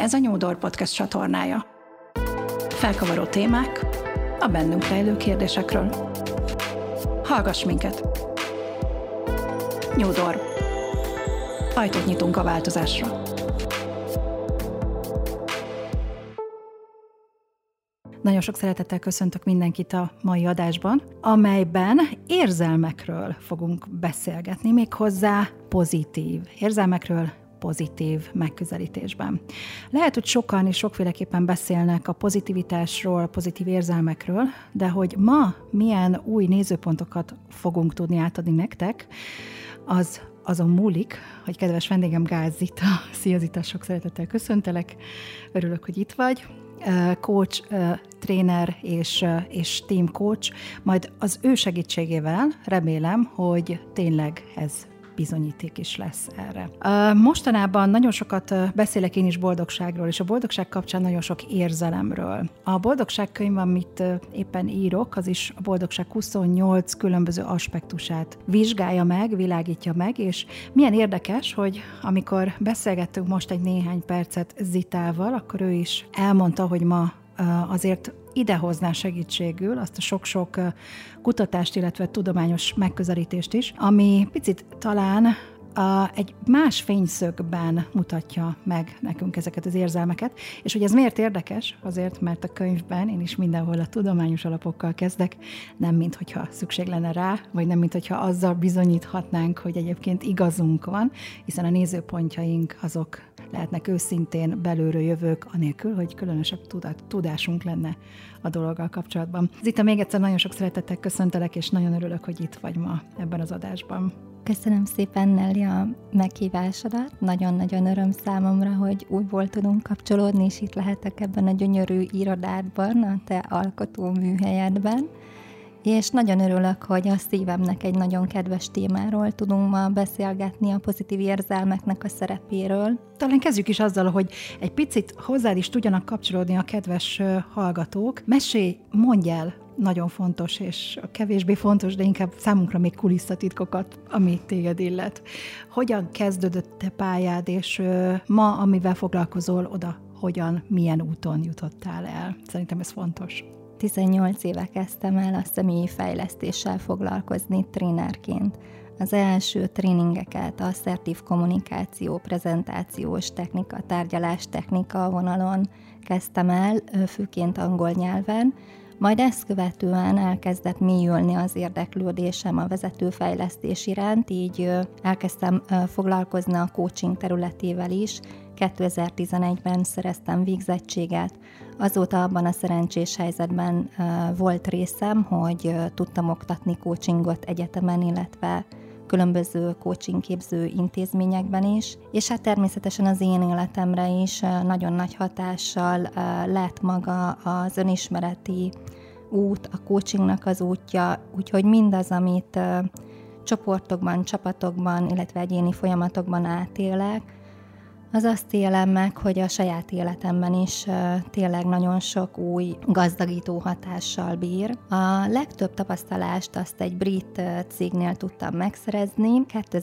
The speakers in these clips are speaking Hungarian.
Ez a New Door Podcast csatornája. Felkavaró témák a bennünk rejlő kérdésekről. Hallgass minket! New Door. Ajtót nyitunk a változásra. Nagyon sok szeretettel köszöntök mindenkit a mai adásban, amelyben érzelmekről fogunk beszélgetni, méghozzá pozitív érzelmekről, pozitív megközelítésben. Lehet, hogy sokan és sokféleképpen beszélnek a pozitivitásról, a pozitív érzelmekről, de hogy ma milyen új nézőpontokat fogunk tudni átadni nektek, az azon múlik, hogy kedves vendégem Gáz Zita. Szia Zita, sok szeretettel köszöntelek, örülök, hogy itt vagy. Coach, tréner és team coach, majd az ő segítségével remélem, hogy tényleg ez bizonyíték is lesz erre. Mostanában nagyon sokat beszélek én is boldogságról, és a boldogság kapcsán nagyon sok érzelemről. A boldogság könyv, amit éppen írok, az is a boldogság 28 különböző aspektusát vizsgálja meg, világítja meg, és milyen érdekes, hogy amikor beszélgettünk most egy néhány percet Zitával, akkor ő is elmondta, hogy ma azért idehozná segítségül azt a sok-sok kutatást, illetve tudományos megközelítést is, ami picit talán egy más fényszögben mutatja meg nekünk ezeket az érzelmeket, és hogy ez miért érdekes? Azért, mert a könyvben én is mindenhol a tudományos alapokkal kezdek, nem minthogyha szükség lenne rá, vagy nem minthogyha azzal bizonyíthatnánk, hogy egyébként igazunk van, hiszen a nézőpontjaink azok lehetnek őszintén belülről jövők, anélkül, hogy különösebb tudásunk lenne a dologgal kapcsolatban. Zita, még egyszer nagyon sok szeretettel köszöntelek, és nagyon örülök, hogy itt vagy ma ebben az adásban. Köszönöm szépen, Nelly, a meghívásodat. Nagyon-nagyon öröm számomra, hogy újból tudunk kapcsolódni, és itt lehetek ebben a gyönyörű irodádban, a te alkotó műhelyedben. És nagyon örülök, hogy a szívemnek egy nagyon kedves témáról tudunk ma beszélgetni, a pozitív érzelmeknek a szerepéről. Talán kezdjük is azzal, hogy egy picit hozzád is tudjanak kapcsolódni a kedves hallgatók. Mesélj, mondj el nagyon fontos és kevésbé fontos, de inkább számunkra még kulisszatitkokat, ami téged illet. Hogyan kezdődött te pályád, és ma, amivel foglalkozol, oda hogyan, milyen úton jutottál el? Szerintem ez fontos. 18 éve kezdtem el a személyi fejlesztéssel foglalkozni trénerként. Az első tréningeket asszertív kommunikáció, prezentációs technika, tárgyalás technika vonalon kezdtem el, főként angol nyelven, majd ezt követően elkezdett mélyülni az érdeklődésem a vezetőfejlesztés iránt, így elkezdtem foglalkozni a coaching területével is. 2011-ben szereztem végzettséget. Azóta abban a szerencsés helyzetben volt részem, hogy tudtam oktatni coachingot egyetemen, illetve különböző coachingképző intézményekben is, és hát természetesen az én életemre is nagyon nagy hatással lett maga az önismereti út, a coachingnak az útja, úgyhogy mindaz, amit csoportokban, csapatokban, illetve egyéni folyamatokban átélek, az azt élem meg, hogy a saját életemben is tényleg nagyon sok új gazdagító hatással bír. A legtöbb tapasztalást azt egy brit cégnél tudtam megszerezni.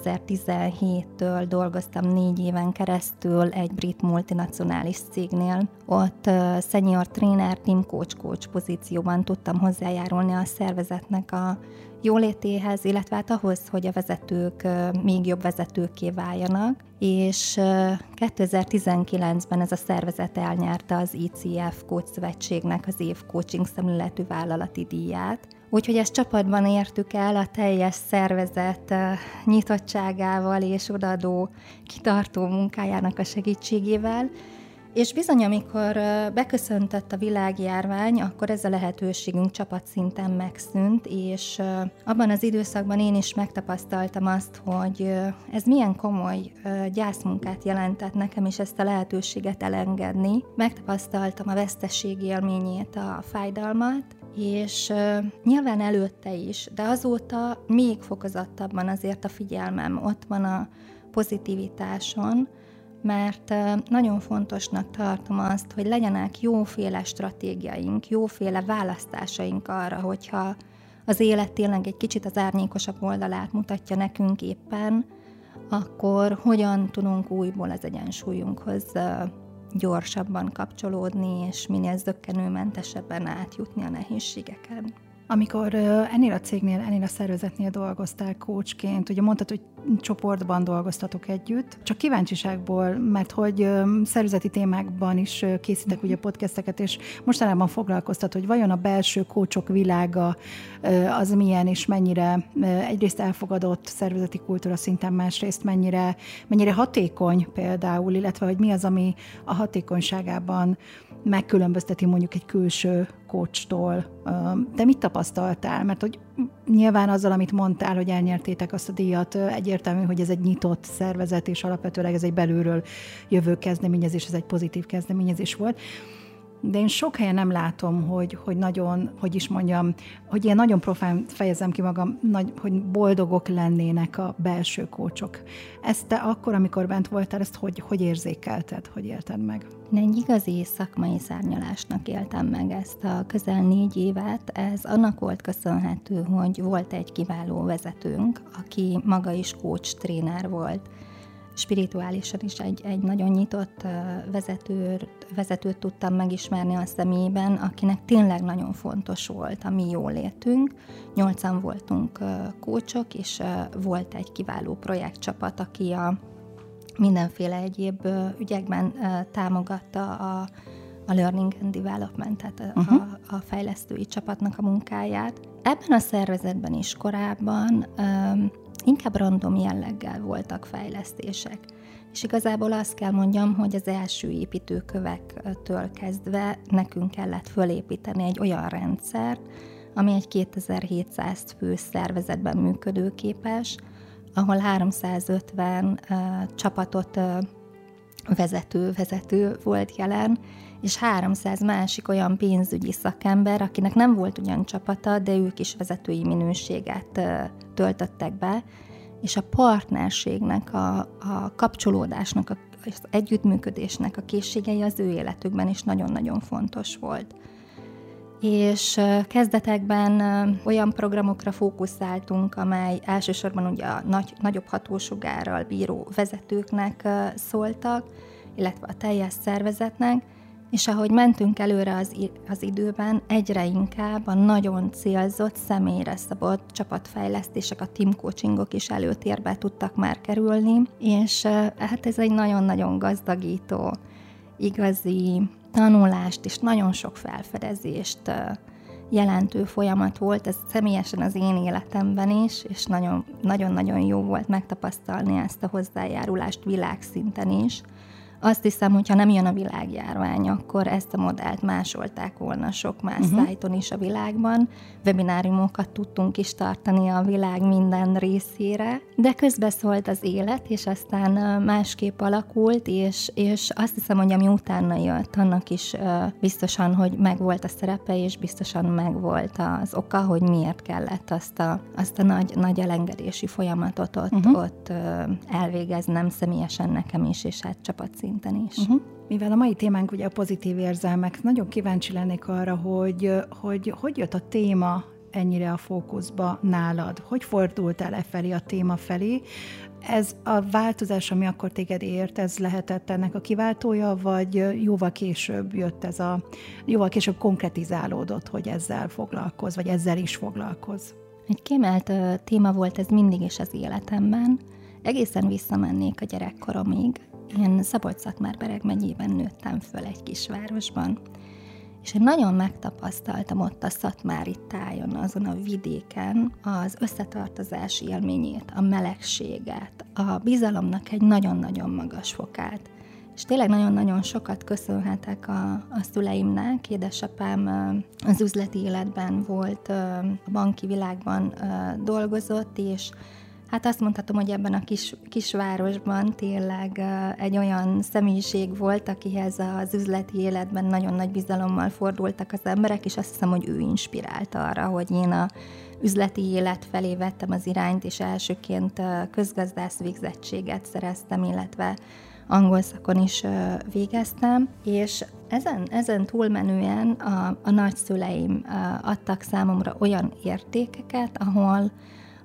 2017-től dolgoztam 4 éven keresztül egy brit multinacionális cégnél. Ott senior trainer, team coach pozícióban tudtam hozzájárulni a szervezetnek a jólétéhez, illetve hát ahhoz, hogy a vezetők még jobb vezetőkké váljanak, és 2019-ben ez a szervezet elnyerte az ICF Coach Szövetségnek az év coaching szemléletű vállalati díját. Úgyhogy ezt csapatban értük el a teljes szervezet nyitottságával és odaadó kitartó munkájának a segítségével, és bizony, amikor beköszöntött a világjárvány, akkor ez a lehetőségünk csapatszinten megszűnt, és abban az időszakban én is megtapasztaltam azt, hogy ez milyen komoly gyászmunkát jelentett nekem is ezt a lehetőséget elengedni. Megtapasztaltam a veszteség élményét, a fájdalmat, és nyilván előtte is, de azóta még fokozottabban azért a figyelmem ott van a pozitivitáson, mert nagyon fontosnak tartom azt, hogy legyenek jóféle stratégiaink, jóféle választásaink arra, hogyha az élet tényleg egy kicsit az árnyékosabb oldalát mutatja nekünk éppen, akkor hogyan tudunk újból az egyensúlyunkhoz gyorsabban kapcsolódni, és minél zökkenőmentesebben átjutni a nehézségeken. Amikor ennél a cégnél, ennél a szervezetnél dolgoztál coachként, ugye mondtad, hogy csoportban dolgoztatok együtt, csak kíváncsiságból, mert hogy szervezeti témákban is készítek ugye podcasteket, és mostanában foglalkoztat, hogy vajon a belső coachok világa az milyen, és mennyire egyrészt elfogadott szervezeti kultúra szinten, másrészt mennyire hatékony például, illetve hogy mi az, ami a hatékonyságában megkülönbözteti mondjuk egy külső coachtól. Te mit tapasztaltál? Mert hogy nyilván azzal, amit mondtál, hogy elnyertétek azt a díjat, egyértelmű, hogy ez egy nyitott szervezet, és alapvetőleg ez egy belülről jövő kezdeményezés, ez egy pozitív kezdeményezés volt. De én sok helyen nem látom, hogy nagyon, hogy ilyen nagyon profán fejezem ki magam, hogy boldogok lennének a belső coachok. Ezt te akkor, amikor bent voltál, ezt hogy érzékelted, hogy élted meg? Én egy igazi szakmai szárnyalásnak éltem meg ezt a közel 4 évet. Ez annak volt köszönhető, hogy volt egy kiváló vezetőnk, aki maga is coach tréner volt. Spirituálisan is egy nagyon nyitott vezetőt tudtam megismerni a személyében, akinek tényleg nagyon fontos volt a mi jólétünk. 8-an voltunk coachok, és volt egy kiváló projektcsapat, aki a mindenféle egyéb ügyekben támogatta a Learning and Development, tehát a fejlesztői csapatnak a munkáját. Ebben a szervezetben is korábban inkább random jelleggel voltak fejlesztések. És igazából azt kell mondjam, hogy az első építőkövektől kezdve nekünk kellett fölépíteni egy olyan rendszert, ami egy 2700 fős szervezetben működőképes, ahol 350 csapatot vezető volt jelen, és 300 másik olyan pénzügyi szakember, akinek nem volt ugyan csapata, de ők is vezetői minőséget töltöttek be, és a partnerségnek, a kapcsolódásnak, az együttműködésnek a készségei az ő életükben is nagyon-nagyon fontos volt. És kezdetekben olyan programokra fókuszáltunk, amely elsősorban ugye a nagyobb hatósugárral bíró vezetőknek szóltak, illetve a teljes szervezetnek, és ahogy mentünk előre az időben, egyre inkább a nagyon célzott, személyre szabott csapatfejlesztések, a team coachingok is előtérbe tudtak már kerülni, és hát ez egy nagyon-nagyon gazdagító, igazi tanulást és nagyon sok felfedezést jelentő folyamat volt, ez személyesen az én életemben is, és nagyon-nagyon jó volt megtapasztalni ezt a hozzájárulást világszinten is. Azt hiszem, hogyha nem jön a világjárvány, akkor ezt a modellt másolták volna sok más szájton is a világban. Webináriumokat tudtunk is tartani a világ minden részére, de közbeszólt az élet, és aztán másképp alakult, és azt hiszem, hogy ami utána jött, annak is biztosan, hogy megvolt a szerepe, és biztosan megvolt az oka, hogy miért kellett azt a nagy elengedési folyamatot ott elvégeznem személyesen nekem is, és hát csapatszinten is. Mivel a mai témánk ugye a pozitív érzelmek, nagyon kíváncsi lennék arra, hogy jött a téma ennyire a fókuszba nálad? Hogy fordultál felé a téma felé? Ez a változás, ami akkor téged ért, ez lehetett ennek a kiváltója, vagy jóval később jött jóval később konkretizálódott, hogy ezzel foglalkoz, vagy ezzel is foglalkoz? Egy kiemelt téma volt ez mindig is az életemben. Egészen visszamennék a gyerekkoromig. Én Szabolcs-Szatmár-Bereg megyében nőttem föl egy kisvárosban, és én nagyon megtapasztaltam ott a szatmári tájon, azon a vidéken az összetartozás élményét, a melegséget, a bizalomnak egy nagyon-nagyon magas fokát. És tényleg nagyon-nagyon sokat köszönhetek a szüleimnek. Édesapám az üzleti életben volt, a banki világban dolgozott, és hát azt mondhatom, hogy ebben a kisvárosban tényleg egy olyan személyiség volt, akihez az üzleti életben nagyon nagy bizalommal fordultak az emberek, és azt hiszem, hogy ő inspirált arra, hogy én a üzleti élet felé vettem az irányt, és elsőként közgazdász végzettséget szereztem, illetve angol szakon is végeztem, és ezen túlmenően a nagyszüleim adtak számomra olyan értékeket, ahol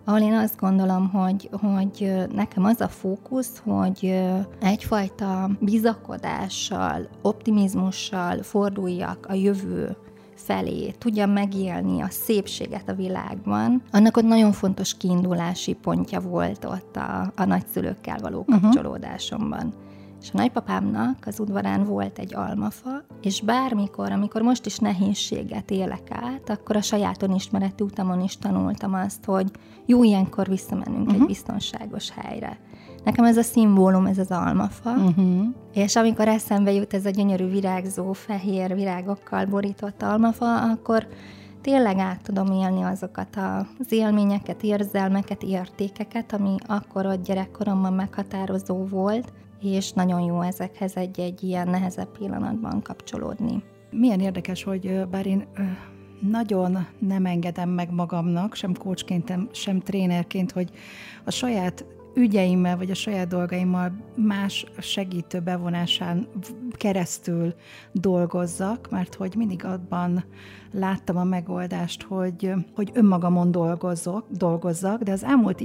ahol én azt gondolom, hogy nekem az a fókusz, hogy egyfajta bizakodással, optimizmussal forduljak a jövő felé, tudjam megélni a szépséget a világban, annak ott nagyon fontos kiindulási pontja volt ott a nagyszülőkkel való kapcsolódásomban. És a nagypapámnak az udvarán volt egy almafa, és bármikor, amikor most is nehézséget élek át, akkor a saját önismereti utamon is tanultam azt, hogy jó ilyenkor visszamennünk egy biztonságos helyre. Nekem ez a szimbólum, ez az almafa, és amikor eszembe jut ez a gyönyörű virágzó, fehér virágokkal borított almafa, akkor tényleg át tudom élni azokat az élményeket, érzelmeket, értékeket, ami akkor ott gyerekkoromban meghatározó volt, és nagyon jó ezekhez egy ilyen nehezebb pillanatban kapcsolódni. Milyen érdekes, hogy bár én nagyon nem engedem meg magamnak, sem coachként, sem trénerként, hogy a saját ügyeimmel, vagy a saját dolgaimmal más segítő bevonásán keresztül dolgozzak, mert hogy mindig abban láttam a megoldást, hogy önmagamon dolgozzak, de az elmúlt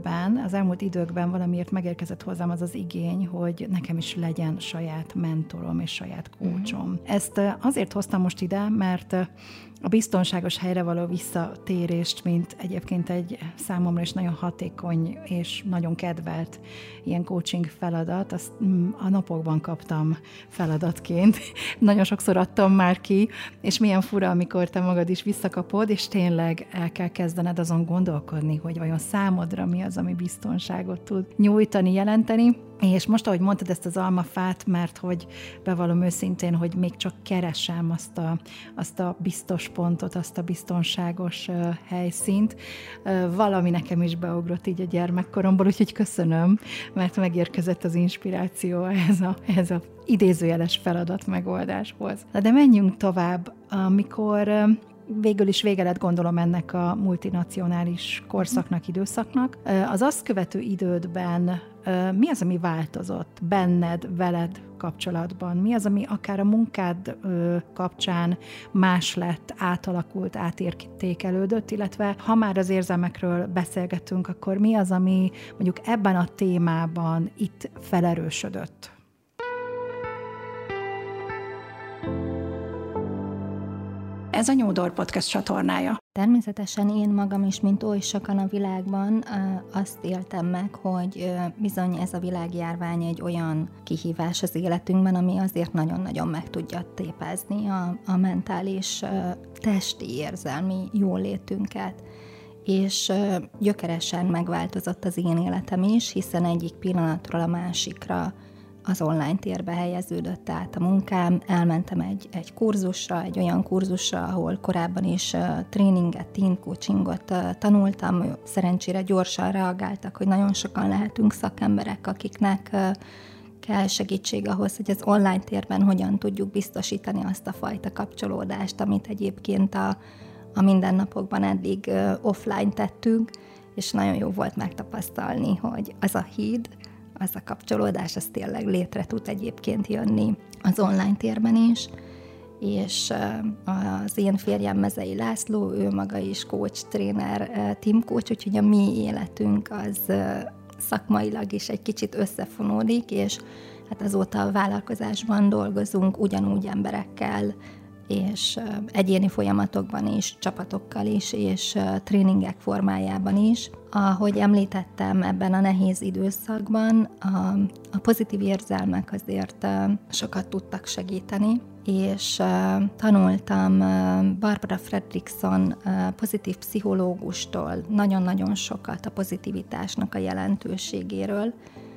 időkben valamiért megérkezett hozzám az az igény, hogy nekem is legyen saját mentorom és saját coachom. Ezt azért hoztam most ide, mert a biztonságos helyre való visszatérést, mint egyébként egy számomra is nagyon hatékony és nagyon kedvelt ilyen coaching feladat, azt a napokban kaptam feladatként. Nagyon sokszor adtam már ki, és milyen fura, amikor te magad is visszakapod, és tényleg el kell kezdened azon gondolkodni, hogy vajon számodra mi az, ami biztonságot tud nyújtani, jelenteni. És most, ahogy mondtad ezt az almafát, mert hogy bevallom őszintén, hogy még csak keresem azt a biztos pontot, azt a biztonságos helyszínt. Valami nekem is beugrott így a gyermekkoromból, úgyhogy köszönöm, mert megérkezett az inspiráció ehhez a idézőjeles feladat megoldáshoz. De menjünk tovább, amikor végül is vége lett, gondolom, ennek a multinacionális korszaknak, időszaknak. Az azt követő idődben mi az, ami változott benned, veled kapcsolatban? Mi az, ami akár a munkád kapcsán más lett, átalakult, átértékelődött, illetve ha már az érzelmekről beszélgetünk, akkor mi az, ami mondjuk ebben a témában itt felerősödött? Ez a New Door Podcast csatornája. Természetesen én magam is, mint oly sokan a világban, azt éltem meg, hogy bizony ez a világjárvány egy olyan kihívás az életünkben, ami azért nagyon-nagyon meg tudja tépezni a mentális, testi, érzelmi jólétünket. És gyökeresen megváltozott az én életem is, hiszen egyik pillanatról a másikra az online térbe helyeződött át a munkám, elmentem egy kurzusra, egy olyan kurzusra, ahol korábban is tréninget, team coachingot tanultam. Szerencsére gyorsan reagáltak, hogy nagyon sokan lehetünk szakemberek, akiknek kell segítség ahhoz, hogy az online térben hogyan tudjuk biztosítani azt a fajta kapcsolódást, amit egyébként a mindennapokban eddig offline tettünk, és nagyon jó volt megtapasztalni, hogy az a híd, az a kapcsolódás, az tényleg létre tud egyébként jönni az online térben is, és az én férjem Mezei László, ő maga is coach, tréner, team coach, úgyhogy a mi életünk az szakmailag is egy kicsit összefonódik, és hát azóta a vállalkozásban dolgozunk ugyanúgy emberekkel, és egyéni folyamatokban is, csapatokkal is, és tréningek formájában is. Ahogy említettem, ebben a nehéz időszakban a pozitív érzelmek azért sokat tudtak segíteni, és tanultam Barbara Fredrickson pozitív pszichológustól nagyon-nagyon sokat a pozitivitásnak a jelentőségéről,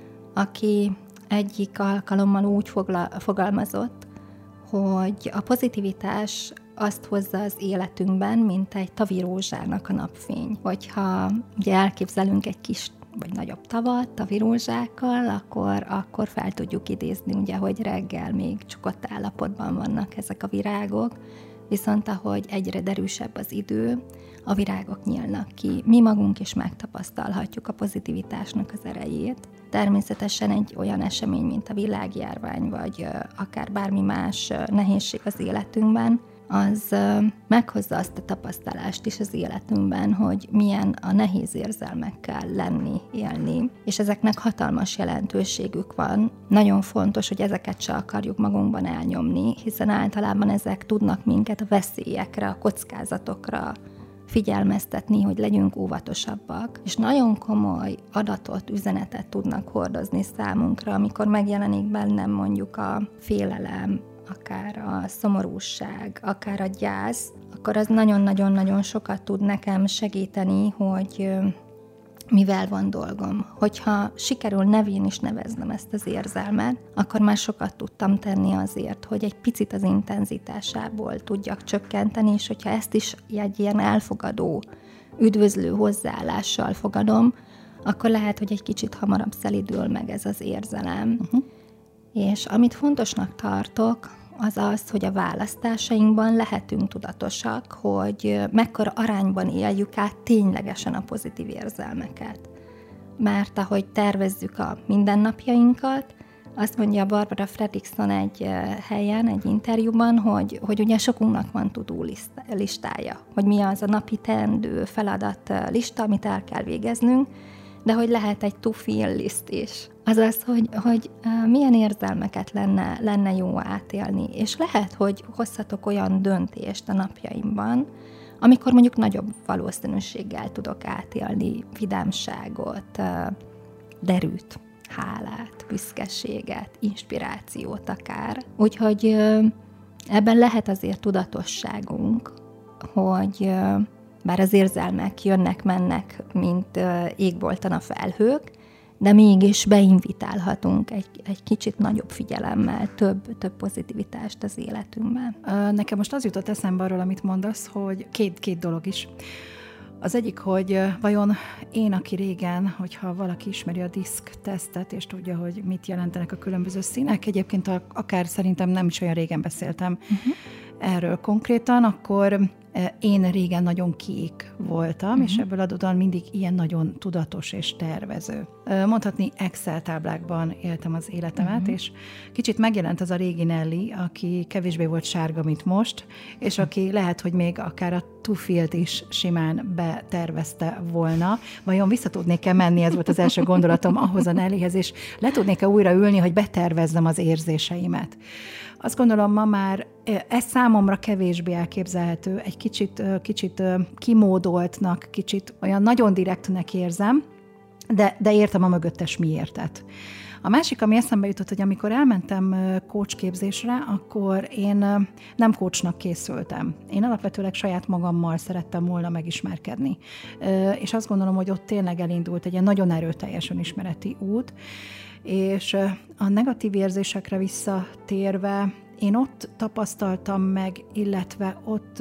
aki egyik alkalommal úgy fogalmazott, hogy a pozitivitás azt hozza az életünkben, mint egy tavirózsának a napfény. Hogyha ugye elképzelünk egy kis vagy nagyobb tavat tavirózsákkal, akkor fel tudjuk idézni, ugye, hogy reggel még csukott állapotban vannak ezek a virágok, viszont ahogy egyre derűsebb az idő, a virágok nyílnak ki. Mi magunk is megtapasztalhatjuk a pozitivitásnak az erejét. Természetesen egy olyan esemény, mint a világjárvány, vagy akár bármi más nehézség az életünkben, az meghozza azt a tapasztalást is az életünkben, hogy milyen a nehéz érzelmekkel lenni, élni, és ezeknek hatalmas jelentőségük van. Nagyon fontos, hogy ezeket se akarjuk magunkban elnyomni, hiszen általában ezek tudnak minket a veszélyekre, a kockázatokra figyelmeztetni, hogy legyünk óvatosabbak, és nagyon komoly adatot, üzenetet tudnak hordozni számunkra, amikor megjelenik bennem mondjuk a félelem, akár a szomorúság, akár a gyász, akkor az nagyon-nagyon-nagyon sokat tud nekem segíteni, hogy mivel van dolgom. Hogyha sikerül nevén is neveznem ezt az érzelmet, akkor már sokat tudtam tenni azért, hogy egy picit az intenzitásából tudjak csökkenteni, és hogyha ezt is egy ilyen elfogadó, üdvözlő hozzáállással fogadom, akkor lehet, hogy egy kicsit hamarabb szelidül meg ez az érzelem. És amit fontosnak tartok, az az, hogy a választásainkban lehetünk tudatosak, hogy mekkora arányban éljük át ténylegesen a pozitív érzelmeket. Mert ahogy tervezzük a mindennapjainkat, azt mondja Barbara Fredrickson egy helyen, egy interjúban, hogy ugye sokunknak van to-do listája, hogy mi az a napi teendő feladat lista, amit el kell végeznünk, de hogy lehet egy to-feel list is. Azaz, hogy milyen érzelmeket lenne jó átélni, és lehet, hogy hozhatok olyan döntést a napjaimban, amikor mondjuk nagyobb valószínűséggel tudok átélni vidámságot, derűt, hálát, büszkeséget, inspirációt akár. Úgyhogy ebben lehet azért tudatosságunk, hogy bár az érzelmek jönnek-mennek, mint égbolton a felhők, de mégis beinvitálhatunk egy kicsit nagyobb figyelemmel, több pozitivitást az életünkben. Nekem most az jutott eszembe arról, amit mondasz, hogy két dolog is. Az egyik, hogy vajon én, aki régen, hogyha valaki ismeri a diszk tesztet, és tudja, hogy mit jelentenek a különböző színek, egyébként akár szerintem nem is olyan régen beszéltem erről konkrétan, akkor én régen nagyon kék voltam, és ebből adódóan mindig ilyen nagyon tudatos és tervező. Mondhatni Excel táblákban éltem az életemet, és kicsit megjelent az a régi Nelly, aki kevésbé volt sárga, mint most, és aki lehet, hogy még akár a to-feel-t is simán betervezte volna. Vajon vissza tudnék-e menni, ez volt az első gondolatom ahhoz a Nellyhez, és le tudnék-e újra ülni, hogy betervezzem az érzéseimet. Azt gondolom, ma már ez számomra kevésbé elképzelhető, egy kicsit kimódoltnak, kicsit olyan nagyon direktnek érzem, de értem a mögöttes miértet. A másik, ami eszembe jutott, hogy amikor elmentem coachképzésre, akkor én nem coachnak készültem. Én alapvetőleg saját magammal szerettem volna megismerkedni. És azt gondolom, hogy ott tényleg elindult egy ilyen nagyon erőteljes önismereti út, és a negatív érzésekre visszatérve, én ott tapasztaltam meg, illetve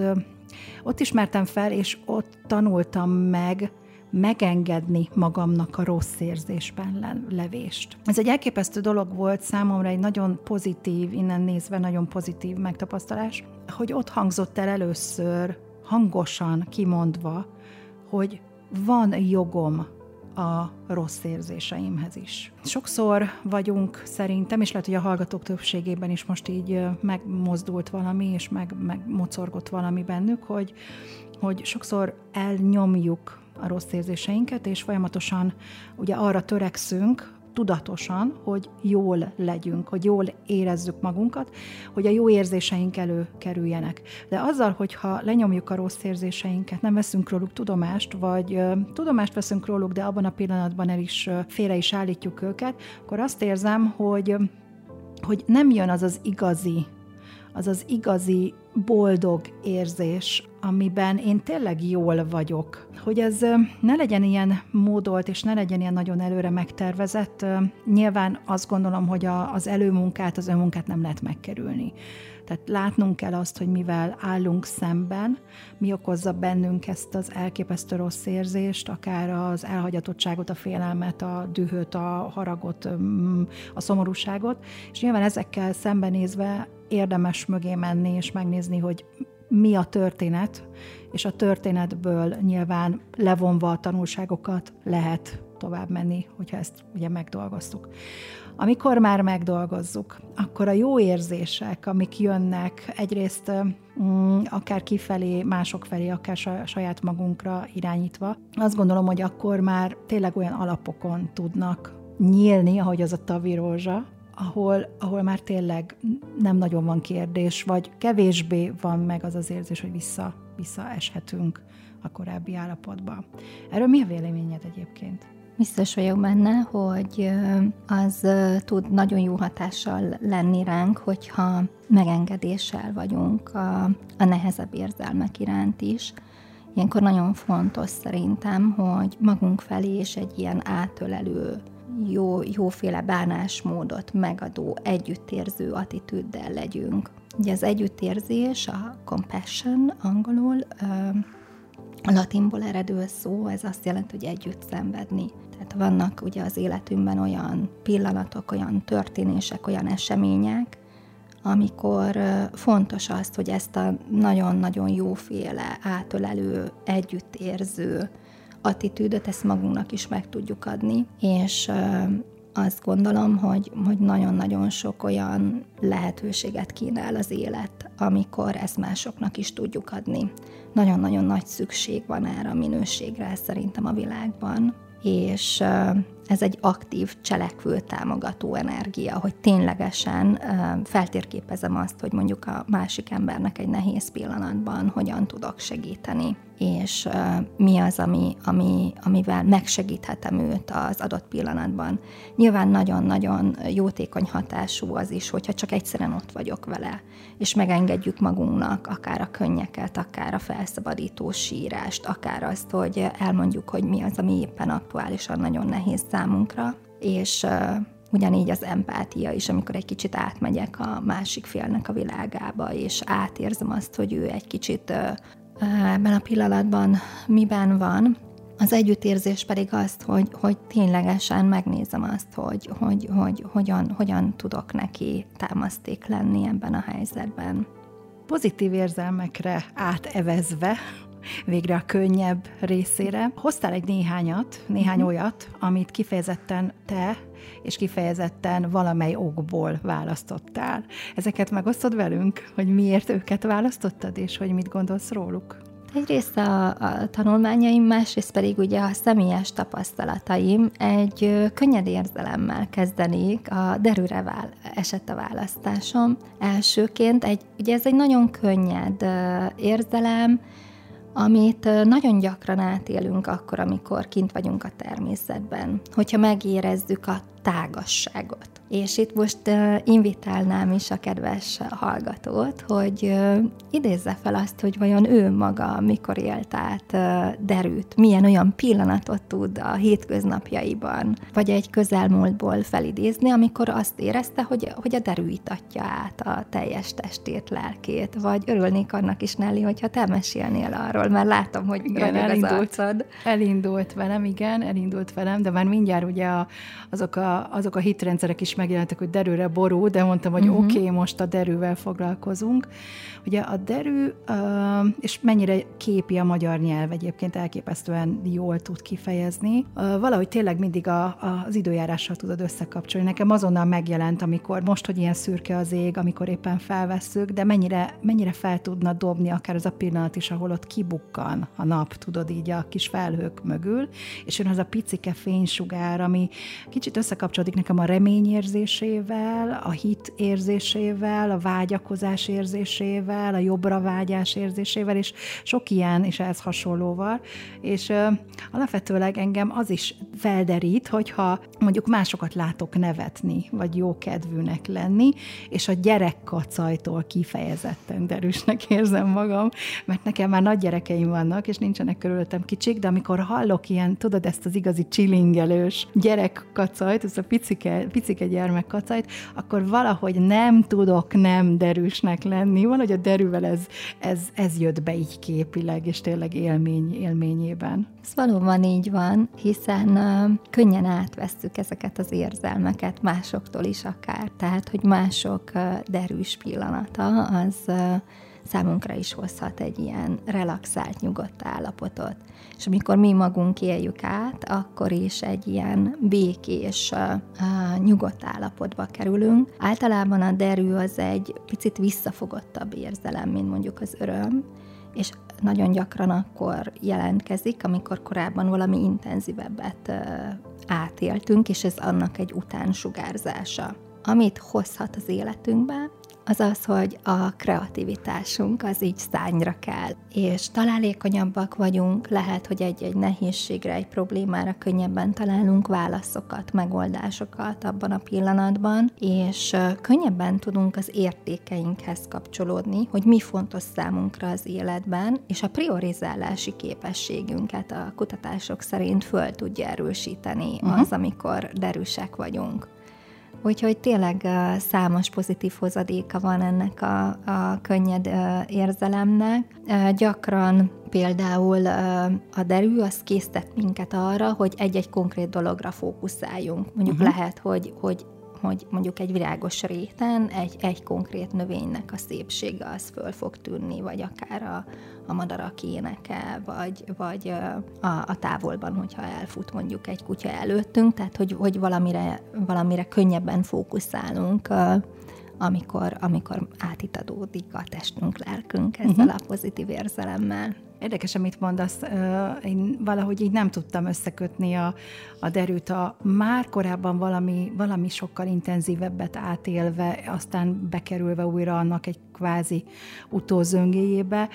ott ismertem fel, és ott tanultam meg megengedni magamnak a rossz érzésben levést. Ez egy elképesztő dolog volt számomra, egy nagyon pozitív, innen nézve nagyon pozitív megtapasztalás, hogy ott hangzott el először hangosan kimondva, hogy van jogom a rossz érzéseimhez is. Sokszor vagyunk szerintem, és lehet, hogy a hallgatók többségében is most így megmozdult valami, és megmocorgott valami bennük, hogy sokszor elnyomjuk a rossz érzéseinket, és folyamatosan ugye arra törekszünk, tudatosan, hogy jól legyünk, hogy jól érezzük magunkat, hogy a jó érzéseink előkerüljenek. De azzal, hogyha lenyomjuk a rossz érzéseinket, nem veszünk róluk tudomást, vagy tudomást veszünk róluk, de abban a pillanatban félre is állítjuk őket, akkor azt érzem, hogy nem jön az az igazi boldog érzés, amiben én tényleg jól vagyok. Hogy ez ne legyen ilyen módolt, és ne legyen ilyen nagyon előre megtervezett, nyilván azt gondolom, hogy az előmunkát, az önmunkát nem lehet megkerülni. Tehát látnunk kell azt, hogy mivel állunk szemben, mi okozza bennünk ezt az elképesztő rossz érzést, akár az elhagyatottságot, a félelmet, a dühöt, a haragot, a szomorúságot, és nyilván ezekkel szembenézve érdemes mögé menni, és megnézni, hogy mi a történet, és a történetből nyilván levonva a tanulságokat lehet tovább menni, hogyha ezt ugye megdolgoztuk. Amikor már megdolgozzuk, akkor a jó érzések, amik jönnek, egyrészt akár kifelé, mások felé, akár saját magunkra irányítva. Azt gondolom, hogy akkor már tényleg olyan alapokon tudnak nyílni, ahogy az a tavirózsa, ahol már tényleg nem nagyon van kérdés, vagy kevésbé van meg az az érzés, hogy visszaeshetünk a korábbi állapotba. Erről mi a véleményed egyébként? Biztos vagyok benne, hogy az tud nagyon jó hatással lenni ránk, hogyha megengedéssel vagyunk a nehezebb érzelmek iránt is. Ilyenkor nagyon fontos szerintem, hogy magunk felé is egy ilyen átölelő, jóféle bánásmódot megadó, együttérző attitűddel legyünk. Ugye az együttérzés, a compassion angolul, a latinból eredő szó, ez azt jelenti, hogy együtt szenvedni. Tehát vannak ugye az életünkben olyan pillanatok, olyan történések, olyan események, amikor fontos az, hogy ezt a nagyon-nagyon jóféle, átölelő, együttérző attitűdöt, ezt magunknak is meg tudjuk adni, és azt gondolom, hogy nagyon-nagyon sok olyan lehetőséget kínál az élet, amikor ezt másoknak is tudjuk adni. Nagyon-nagyon nagy szükség van erre a minőségre szerintem a világban, és ez egy aktív, cselekvő, támogató energia, hogy ténylegesen feltérképezem azt, hogy mondjuk a másik embernek egy nehéz pillanatban hogyan tudok segíteni, és mi az, amivel megsegíthetem őt az adott pillanatban. Nyilván nagyon-nagyon jótékony hatású az is, hogyha csak egyszerűen ott vagyok vele, és megengedjük magunknak akár a könnyeket, akár a felszabadító sírást, akár azt, hogy elmondjuk, hogy mi az, ami éppen aktuálisan nagyon nehéz számunkra, és ugyanígy az empátia is, amikor egy kicsit átmegyek a másik félnek a világába, és átérzem azt, hogy ő egy kicsit ebben a pillanatban miben van. Az együttérzés pedig azt, hogy ténylegesen megnézem azt, hogy hogyan tudok neki támaszték lenni ebben a helyzetben. Pozitív érzelmekre átevezve, végre a könnyebb részére. Hoztál egy néhány olyat, amit kifejezetten te, és kifejezetten valamely okból választottál. Ezeket megosztod velünk, hogy miért őket választottad, és hogy mit gondolsz róluk? Egyrészt a tanulmányaim, másrészt pedig ugye a személyes tapasztalataim. Egy könnyed érzelemmel kezdenék, a derűre esett a választásom. Elsőként, ugye ez egy nagyon könnyed érzelem, amit nagyon gyakran átélünk akkor, amikor kint vagyunk a természetben, hogyha megérezzük a tágasságot. És itt most invitálnám is a kedves hallgatót, hogy idézze fel azt, hogy vajon ő maga mikor élt át derűt, milyen olyan pillanatot tud a hétköznapjaiban, vagy egy közelmúltból felidézni, amikor azt érezte, hogy a derű itatja át a teljes testét, lelkét, vagy örülnék annak is, Nelly, hogyha te mesélnél arról, mert látom, hogy ragyog az arcod. Elindult velem, de már mindjárt ugye azok a hitrendszerek is megjelentek, hogy derűre ború, de mondtam, hogy oké, most a derűvel foglalkozunk. Ugye a derű, és mennyire képi a magyar nyelv egyébként, elképesztően jól tud kifejezni. Valahogy tényleg mindig az időjárással tudod összekapcsolni. Nekem azonnal megjelent, amikor most, hogy ilyen szürke az ég, amikor éppen felvesszük, de mennyire fel tudna dobni akár az a pillanat is, ahol ott kibukkan a nap, tudod, így a kis felhők mögül, és jön az a picike fénysugár, ami kicsit összekapcsolódik nekem a remény érzésével, a hit érzésével, a vágyakozás érzésével, a jobbra vágyás érzésével, és sok ilyen és ehhez hasonlóval. És alapvetőleg engem az is felderít, hogyha mondjuk másokat látok nevetni, vagy jókedvűnek lenni, és a gyerekkacajtól kifejezetten derűsnek érzem magam, mert nekem már nagy gyerekeim vannak, és nincsenek körülöttem kicsik, de amikor hallok ilyen, tudod, ezt az igazi csilingelős gyerekkacajt, ezt a picike gyermekkacajt, akkor valahogy nem tudok nem derűsnek lenni, valahogy a derűvel ez jött be így képileg, és tényleg élményében. Ez valóban így van, hiszen könnyen átvesszük ezeket az érzelmeket másoktól is akár, tehát, hogy mások derűs pillanata, az számunkra is hozhat egy ilyen relaxált, nyugodt állapotot. És amikor mi magunk éljük át, akkor is egy ilyen békés, nyugodt állapotba kerülünk. Általában a derű az egy picit visszafogottabb érzelem, mint mondjuk az öröm, és nagyon gyakran akkor jelentkezik, amikor korábban valami intenzívebbet átéltünk, és ez annak egy utánsugárzása. Amit hozhat az életünkbe, az az, hogy a kreativitásunk az így szárnyra kell, és találékonyabbak vagyunk, lehet, hogy egy nehézségre, egy problémára könnyebben találunk válaszokat, megoldásokat abban a pillanatban, és könnyebben tudunk az értékeinkhez kapcsolódni, hogy mi fontos számunkra az életben, és a priorizálási képességünket a kutatások szerint föl tudja erősíteni az, amikor derűsek vagyunk. Úgyhogy tényleg számos pozitív hozadéka van ennek a könnyed érzelemnek. Gyakran például a derű az késztet minket arra, hogy egy-egy konkrét dologra fókuszáljunk. Mondjuk lehet, hogy mondjuk egy virágos réten egy konkrét növénynek a szépsége az föl fog tűnni, vagy akár a madarak éneke, vagy a távolban, hogyha elfut mondjuk egy kutya előttünk, tehát hogy valamire könnyebben fókuszálunk, amikor átitadódik a testünk, lelkünk ezzel a pozitív érzelemmel. Érdekes, amit mondasz, én valahogy így nem tudtam összekötni a derűt a már korábban valami sokkal intenzívebbet átélve, aztán bekerülve újra annak egy kvázi utózöngéjébe.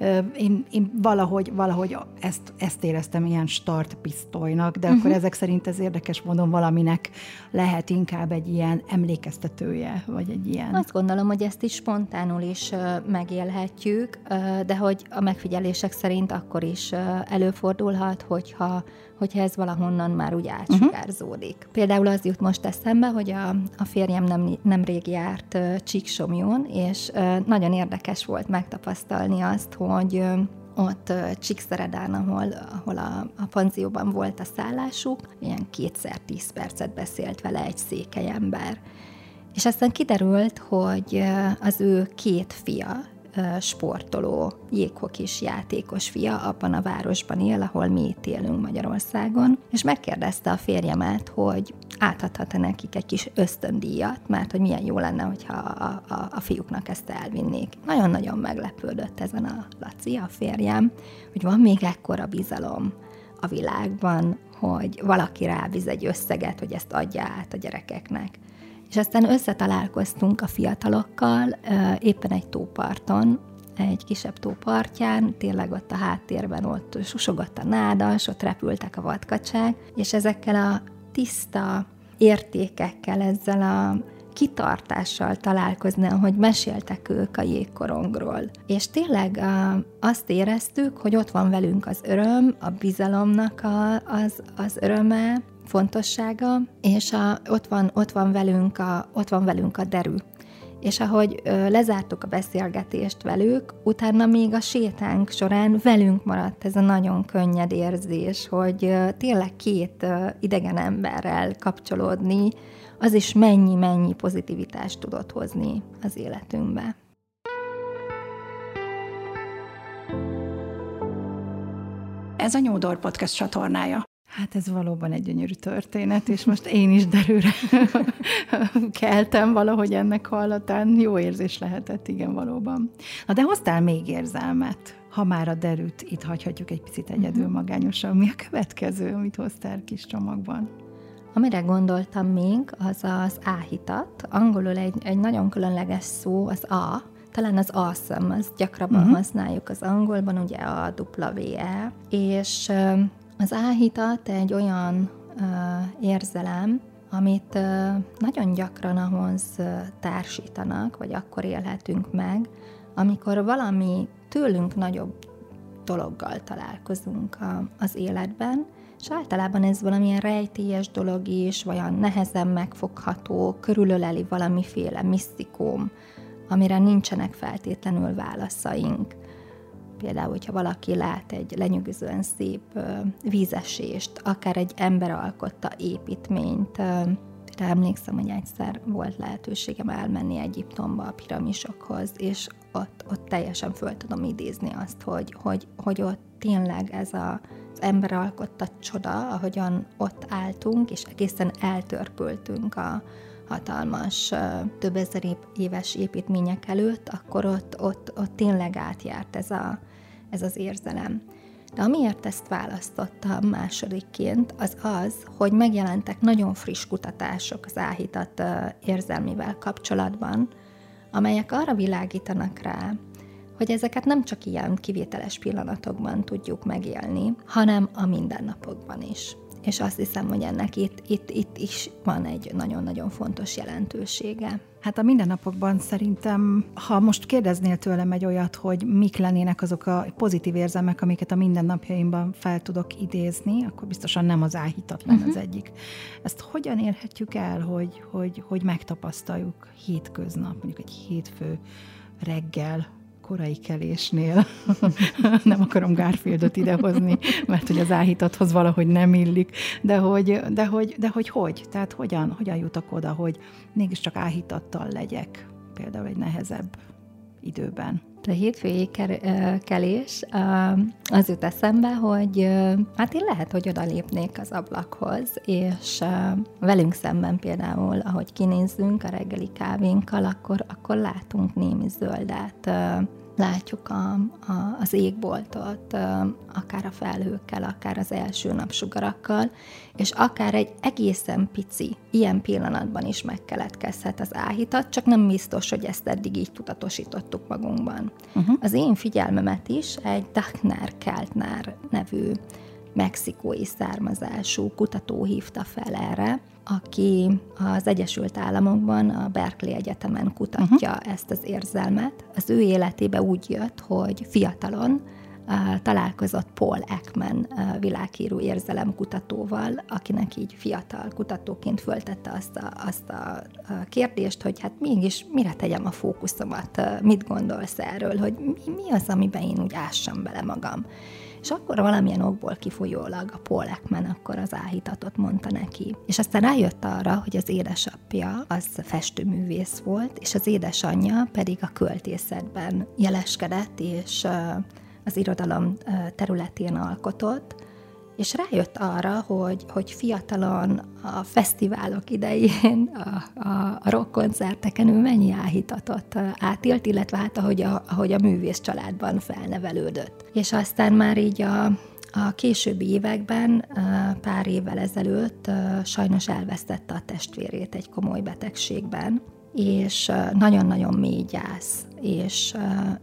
Én valahogy ezt éreztem ilyen startpisztolynak, de akkor ezek szerint ez érdekes módon valaminek lehet inkább egy ilyen emlékeztetője, vagy egy ilyen... Azt gondolom, hogy ezt is spontánul is megélhetjük, de hogy a megfigyelések szerint akkor is előfordulhat, hogyha ez valahonnan már úgy átsugárzódik. Például az jut most eszembe, hogy a férjem nemrég járt Csíksomjón, és nagyon érdekes volt megtapasztalni azt, hogy ott Csíkszeredán, ahol a panzióban volt a szállásuk, ilyen 2x10 percet beszélt vele egy székely ember. És aztán kiderült, hogy az ő 2 fia, sportoló, jéghokis játékos fia abban a városban él, ahol mi itt élünk Magyarországon, és megkérdezte a férjemet, hogy átadhat-e nekik egy kis ösztöndíjat, mert hogy milyen jó lenne, hogyha a fiúknak ezt elvinnék. Nagyon-nagyon meglepődött ezen a Laci, a férjem, hogy van még ekkora bizalom a világban, hogy valaki rábíz egy összeget, hogy ezt adja át a gyerekeknek. És aztán összetalálkoztunk a fiatalokkal, éppen egy tóparton, egy kisebb tópartján, tényleg ott a háttérben ott susogott a nádas, ott repültek a vadkacsák, és ezekkel a tiszta értékekkel, ezzel a kitartással találkozni, ahogy meséltek ők a jégkorongról. És tényleg azt éreztük, hogy ott van velünk az öröm, a bizalomnak az öröme, fontossága, és ott van velünk a derű. És ahogy lezártuk a beszélgetést velük, utána még a sétánk során velünk maradt ez a nagyon könnyed érzés, hogy tényleg 2 idegen emberrel kapcsolódni, az is mennyi pozitivitást tudott hozni az életünkbe. Ez a New Door Podcast csatornája. Hát ez valóban egy gyönyörű történet, és most én is derűre keltem valahogy ennek hallatán. Jó érzés lehetett, igen, valóban. Na de hoztál még érzelmet, ha már a derűt itt hagyhatjuk egy picit egyedül magányosan. Mi a következő, amit hoztál kis csomagban? Amire gondoltam még, az az áhítat. Angolul egy nagyon különleges szó, az a, talán az awesome, az gyakrabban használjuk az angolban, ugye a WE, és az áhítat egy olyan érzelem, amit nagyon gyakran ahhoz társítanak, vagy akkor élhetünk meg, amikor valami tőlünk nagyobb dologgal találkozunk az életben, és általában ez valamilyen rejtélyes dolog is, vagy olyan nehezen megfogható, körülöleli valamiféle misztikum, amire nincsenek feltétlenül válaszaink. Például, hogyha valaki lát egy lenyűgözően szép vízesést, akár egy ember alkotta építményt. Például emlékszem, hogy egyszer volt lehetőségem elmenni Egyiptomba a piramisokhoz, és ott teljesen föl tudom idézni azt, hogy ott tényleg ez az ember alkotta csoda, ahogyan ott álltunk, és egészen eltörpültünk a hatalmas, több ezer éves építmények előtt, akkor ott tényleg átjárt ez az érzelem. De amiért ezt választottam másodikként, az, hogy megjelentek nagyon friss kutatások az áhítat érzelmével kapcsolatban, amelyek arra világítanak rá, hogy ezeket nem csak ilyen kivételes pillanatokban tudjuk megélni, hanem a mindennapokban is. És azt hiszem, hogy ennek itt is van egy nagyon-nagyon fontos jelentősége. Hát a mindennapokban szerintem, ha most kérdeznél tőlem egy olyat, hogy mik lennének azok a pozitív érzelmek, amiket a mindennapjaimban fel tudok idézni, akkor biztosan nem az áhítatlan az egyik. Ezt hogyan érhetjük el, hogy megtapasztaljuk hétköznap, mondjuk egy hétfő reggel, korai kelésnél. Nem akarom Garfieldot idehozni, mert hogy az áhítathoz valahogy nem illik, de hogy? Tehát hogyan jutok oda, hogy mégiscsak áhítattal legyek, például egy nehezebb időben. A hétfői kelés az jut eszembe, hogy hát én lehet, hogy odalépnék az ablakhoz, és velünk szemben például, ahogy kinézzünk a reggeli kávénkkal, akkor látunk némi zöldet, látjuk az égboltot, akár a felhőkkel, akár az első napsugarakkal, és akár egy egészen pici ilyen pillanatban is megkeletkezhet az áhítat, csak nem biztos, hogy ezt eddig így tudatosítottuk magunkban. Az én figyelmemet is egy Dagmar Keltner nevű mexikói származású kutató hívta fel erre, aki az Egyesült Államokban, a Berkeley Egyetemen kutatja ezt az érzelmet. Az ő életébe úgy jött, hogy fiatalon találkozott Paul Ekman világhírű érzelemkutatóval, akinek így fiatal kutatóként föltette azt a kérdést, hogy hát mégis mire tegyem a fókuszomat, mit gondolsz erről, hogy mi az, amiben én úgy ássam bele magam. És akkor valamilyen okból kifolyólag a Paul Ekman akkor az áhítatot mondta neki. És aztán rájött arra, hogy az édesapja az festőművész volt, és az édesanyja pedig a költészetben jeleskedett, és az irodalom területén alkotott, és rájött arra, hogy fiatalon a fesztiválok idején, a rockkoncerteken ő mennyi áhítatot átélt, illetve hát ahogy a művész családban felnevelődött. És aztán már így a későbbi években, pár évvel ezelőtt sajnos elvesztette a testvérét egy komoly betegségben, és nagyon-nagyon mély gyász és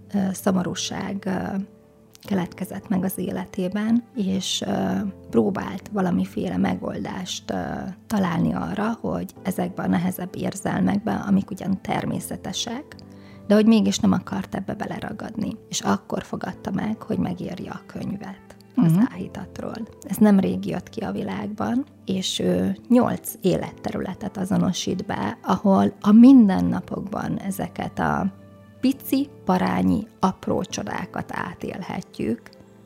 szomorúság keletkezett meg az életében, és próbált valamiféle megoldást találni arra, hogy ezekben a nehezebb érzelmekben, amik ugyan természetesek, de hogy mégis nem akart ebbe beleragadni. És akkor fogadta meg, hogy megírja a könyvet az áhítatról. Ez nemrég jött ki a világban, és ő 8 életterületet azonosít be, ahol a mindennapokban ezeket a pici, parányi, apró csodákat átélhetjük,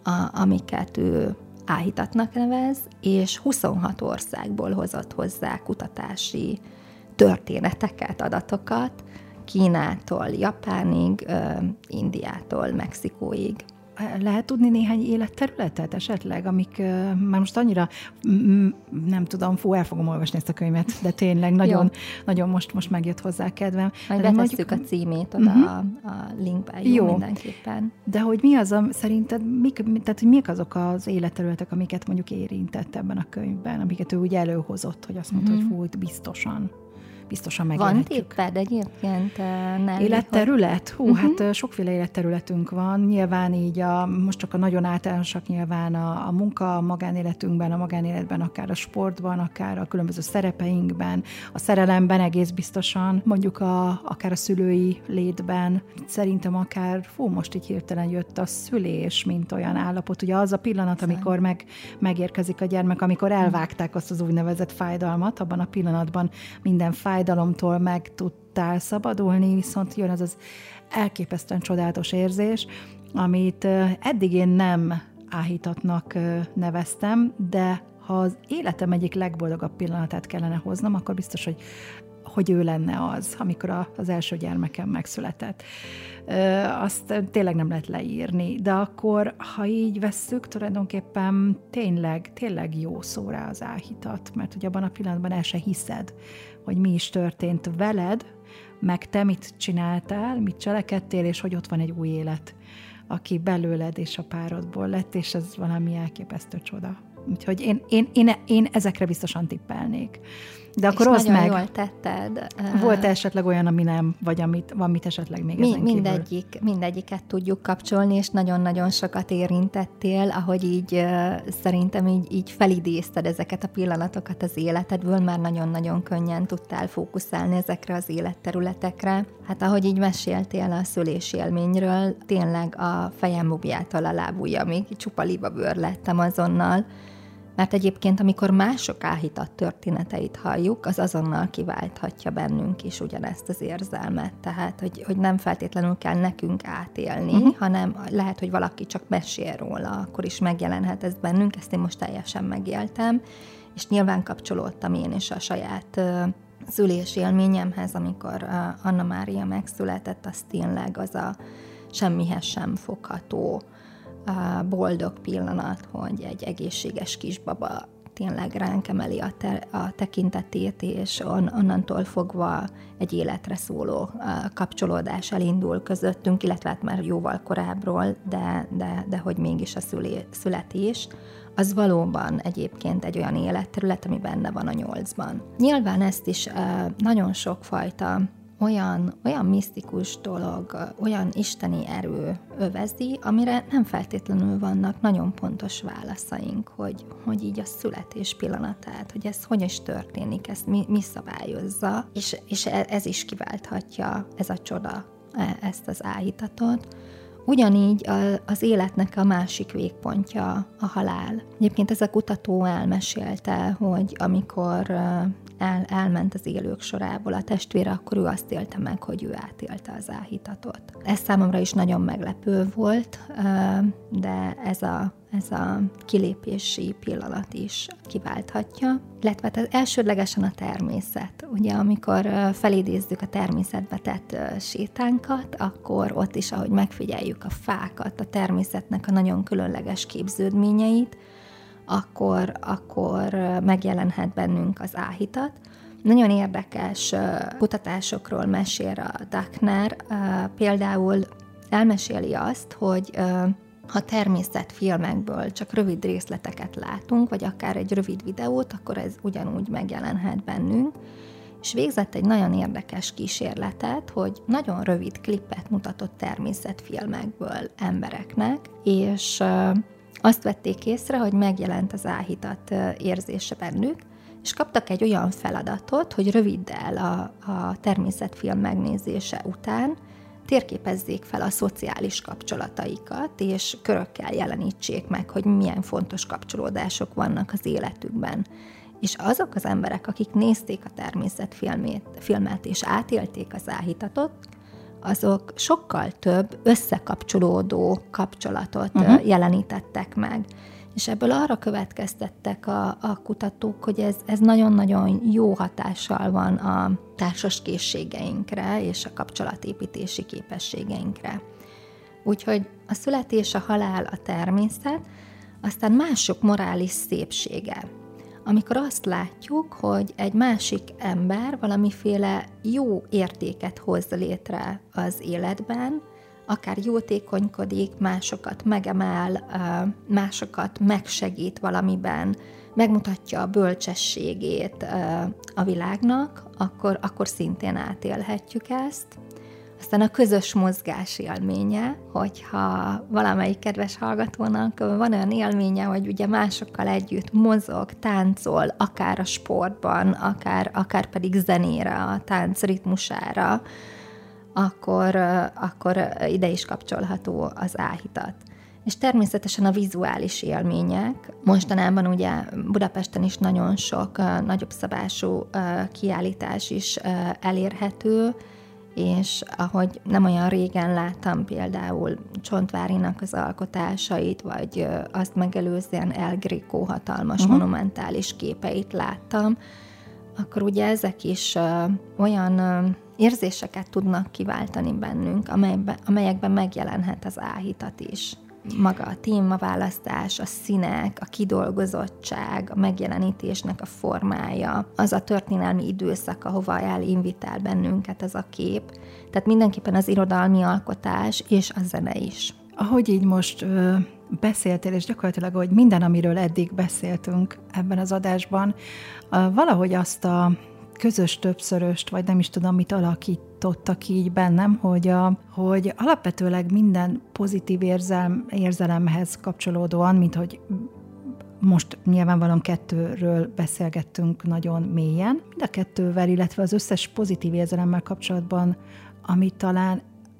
amiket ő áhítatnak nevez, és 26 országból hozott hozzá kutatási történeteket, adatokat, Kínától Japánig, Indiától Mexikóig. Lehet tudni néhány életterületet esetleg, amik már most annyira, nem tudom, el fogom olvasni ezt a könyvet, de tényleg nagyon most megjött hozzá kedvem. Majd betesszük a címét oda a linkbe, jó mindenképpen. De hogy mi az, szerinted, tehát hogy mik azok az életterületek, amiket mondjuk érintett ebben a könyvben, amiket ő úgy előhozott, hogy azt mondta, hogy fú, biztosan megélhetjük. Van tipped egyébként, Nelly? Életterület? Hát sokféle életterületünk van. Nyilván így most csak a nagyon általánosak nyilván a munka, a magánéletünkben, a magánéletben, akár a sportban, akár a különböző szerepeinkben, a szerelemben egész biztosan, mondjuk akár a szülői létben. Szerintem akár, most így hirtelen jött a szülés, mint olyan állapot. Ugye az a pillanat, amikor megérkezik a gyermek, amikor elvágták azt az úgynevezett fájdalmat, abban a pillanatban minden fájdalomtól meg tudtál szabadulni, viszont jön az elképesztően csodálatos érzés, amit eddig én nem áhítatnak neveztem, de ha az életem egyik legboldogabb pillanatát kellene hoznom, akkor biztos, hogy ő lenne az, amikor az első gyermekem megszületett. Azt tényleg nem lehet leírni, de akkor, ha így vesszük, tulajdonképpen tényleg jó szó rá az áhítat, mert hogy abban a pillanatban el se hiszed, hogy mi is történt veled, meg te mit csináltál, mit cselekedtél, és hogy ott van egy új élet, aki belőled és a párodból lett, és ez valami elképesztő csoda. Úgyhogy én ezekre biztosan tippelnék. De akkor és nagyon meg, jól tetted. Volt esetleg olyan, ami nem, vagy van mit esetleg még ezen kívül? Mindegyiket tudjuk kapcsolni, és nagyon-nagyon sokat érintettél, ahogy így szerintem így felidézted ezeket a pillanatokat az életedből, már nagyon-nagyon könnyen tudtál fókuszálni ezekre az életterületekre. Hát ahogy így meséltél a szülési élményről, tényleg a fejem bubjától a lábujjamig csupa libabőr lettem azonnal, mert egyébként, amikor mások áhított történeteit halljuk, az azonnal kiválthatja bennünk is ugyanezt az érzelmet. Tehát, hogy nem feltétlenül kell nekünk átélni, hanem lehet, hogy valaki csak mesél róla, akkor is megjelenhet ez bennünk. Ezt én most teljesen megéltem, és nyilván kapcsolódtam én is a saját szülési élményemhez, amikor Anna Mária megszületett, az tényleg az a semmihez sem fogható boldog pillanat, hogy egy egészséges kisbaba tényleg ránk emeli a tekintetét, és onnantól fogva egy életre szóló kapcsolódás elindul közöttünk, illetve hát már jóval korábbról, de hogy mégis a születés, az valóban egyébként egy olyan életterület, ami benne van a 8-ban. Nyilván ezt is nagyon sokfajta olyan misztikus dolog, olyan isteni erő övezi, amire nem feltétlenül vannak nagyon pontos válaszaink, hogy így a születés pillanatát, hogy ez hogy is történik, ezt mi szabályozza, és ez is kiválthatja, ez a csoda, ezt az áhítatot. Ugyanígy az életnek a másik végpontja a halál. Egyébként ez a kutató elmesélte, hogy amikor elment az élők sorából a testvére, akkor ő azt élte meg, hogy ő átélte az áhítatot. Ez számomra is nagyon meglepő volt, de ez a kilépési pillanat is kiválthatja. Illetve elsődlegesen a természet. Ugye, amikor felidézzük a természetbe tett sétánkat, akkor ott is, ahogy megfigyeljük a fákat, a természetnek a nagyon különleges képződményeit, akkor megjelenhet bennünk az áhítat. Nagyon érdekes kutatásokról mesél a Dachner. Például elmeséli azt, hogy ha természetfilmekből csak rövid részleteket látunk, vagy akár egy rövid videót, akkor ez ugyanúgy megjelenhet bennünk. És végzett egy nagyon érdekes kísérletet, hogy nagyon rövid klippet mutatott természetfilmekből embereknek, és azt vették észre, hogy megjelent az áhítat érzése bennük, és kaptak egy olyan feladatot, hogy röviddel a természetfilm megnézése után térképezzék fel a szociális kapcsolataikat, és körökkel jelenítsék meg, hogy milyen fontos kapcsolódások vannak az életükben. És azok az emberek, akik nézték a természetfilmet és átélték az áhítatot, azok sokkal több összekapcsolódó kapcsolatot jelenítettek meg. És ebből arra következtettek a kutatók, hogy ez nagyon-nagyon jó hatással van a társas készségeinkre és a kapcsolatépítési képességeinkre. Úgyhogy a születés, a halál, a természet, aztán mások morális szépsége. Amikor azt látjuk, hogy egy másik ember valamiféle jó értéket hoz létre az életben, akár jótékonykodik, másokat megemel, másokat megsegít valamiben, megmutatja a bölcsességét a világnak, akkor szintén átélhetjük ezt. Aztán a közös mozgás élménye, hogyha valamelyik kedves hallgatónak van olyan élménye, hogy ugye másokkal együtt mozog, táncol, akár a sportban, akár pedig zenére, a tánc ritmusára, akkor ide is kapcsolható az áhítat. És természetesen a vizuális élmények. Mostanában ugye Budapesten is nagyon sok nagyobb szabású kiállítás is elérhető, és ahogy nem olyan régen láttam például Csontvárinak az alkotásait, vagy azt megelőzően El Greco hatalmas monumentális képeit láttam, akkor ugye ezek is olyan érzéseket tudnak kiváltani bennünk, amelyekben megjelenhet az áhítat is. Maga a témaválasztás, a színek, a kidolgozottság, a megjelenítésnek a formája, az a történelmi időszak, ahova elinvitál bennünket ez a kép. Tehát mindenképpen az irodalmi alkotás és a zene is. Ahogy így most beszéltél, és gyakorlatilag, hogy minden, amiről eddig beszéltünk ebben az adásban, valahogy azt a közös többszöröst, vagy nem is tudom, mit alakítottak így bennem, hogy alapvetőleg minden pozitív érzelemhez kapcsolódóan, mint hogy most nyilvánvalóan 2-ről beszélgettünk nagyon mélyen, mind a 2-vel, illetve az összes pozitív érzelemmel kapcsolatban, ami talán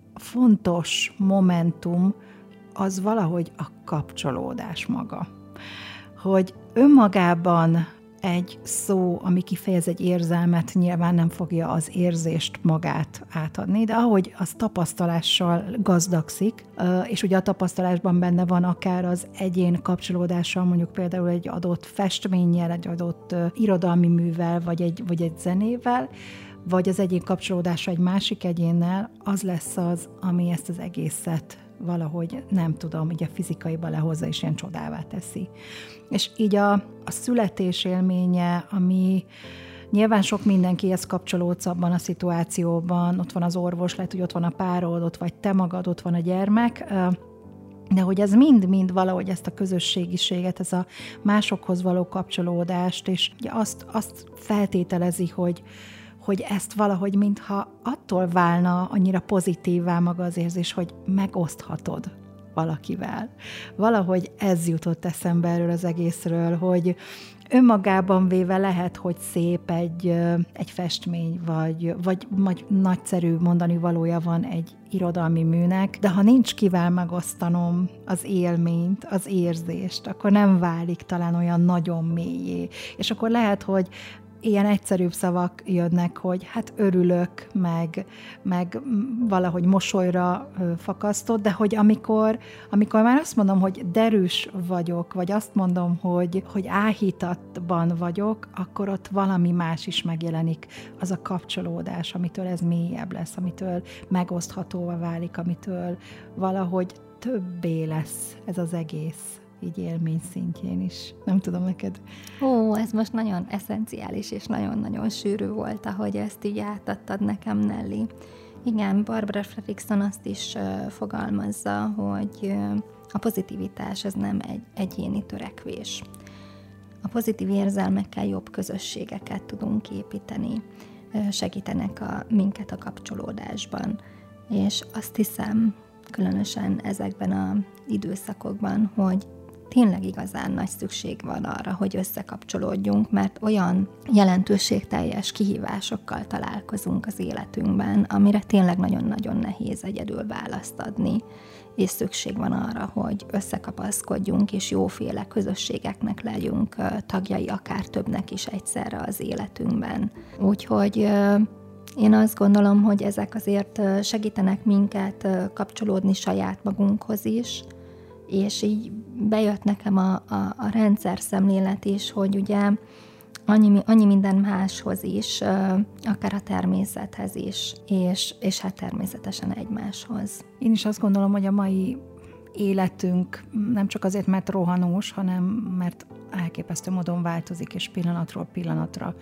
fontos momentum, az valahogy a kapcsolódás maga. Hogy önmagában egy szó, ami kifejez egy érzelmet, nyilván nem fogja az érzést magát átadni, de ahogy az tapasztalással gazdagszik, és ugye a tapasztalásban benne van akár az egyén kapcsolódással, mondjuk például egy adott festménnyel, egy adott irodalmi művel, vagy egy zenével, vagy az egyén kapcsolódása egy másik egyénnel, az lesz az, ami ezt az egészet valahogy, nem tudom, így a fizikaiba lehozza, és ilyen csodává teszi. És így a születés élménye, ami nyilván sok mindenkihez kapcsolódsz abban a szituációban, ott van az orvos, lehet, hogy ott van a párod, ott vagy te magad, ott van a gyermek, de hogy ez mind-mind valahogy ezt a közösségiséget, ez a másokhoz való kapcsolódást, és ugye azt feltételezi, hogy ezt valahogy mintha attól válna annyira pozitívvá maga az érzés, hogy megoszthatod valakivel. Valahogy ez jutott eszembe erről az egészről, hogy önmagában véve lehet, hogy szép egy festmény, vagy nagyszerű mondani valója van egy irodalmi műnek, de ha nincs kivel megosztanom az élményt, az érzést, akkor nem válik talán olyan nagyon mélyé. És akkor lehet, hogy ilyen egyszerűbb szavak jönnek, hogy hát örülök, meg valahogy mosolyra fakasztott, de hogy amikor már azt mondom, hogy derűs vagyok, vagy azt mondom, hogy áhítatban vagyok, akkor ott valami más is megjelenik, az a kapcsolódás, amitől ez mélyebb lesz, amitől megoszthatóvá válik, amitől valahogy többé lesz ez az egész. Így élmény szintjén is. Nem tudom neked. Ez most nagyon eszenciális és nagyon-nagyon sűrű volt, ahogy ezt így átadtad nekem, Nelly. Igen, Barbara Fredrickson azt is fogalmazza, hogy a pozitivitás ez nem egy egyéni törekvés. A pozitív érzelmekkel jobb közösségeket tudunk építeni, segítenek minket a kapcsolódásban. És azt hiszem, különösen ezekben az időszakokban, hogy tényleg igazán nagy szükség van arra, hogy összekapcsolódjunk, mert olyan jelentőségteljes kihívásokkal találkozunk az életünkben, amire tényleg nagyon-nagyon nehéz egyedül választ adni, és szükség van arra, hogy összekapaszkodjunk, és jóféle közösségeknek legyünk tagjai, akár többnek is egyszerre az életünkben. Úgyhogy én azt gondolom, hogy ezek azért segítenek minket kapcsolódni saját magunkhoz is, és így bejött nekem a rendszer szemlélet is, hogy ugye annyi minden máshoz is, akár a természethez is, és hát természetesen egymáshoz. Én is azt gondolom, hogy a mai életünk nem csak azért, mert rohanós, hanem mert elképesztő módon változik, és pillanatról pillanatra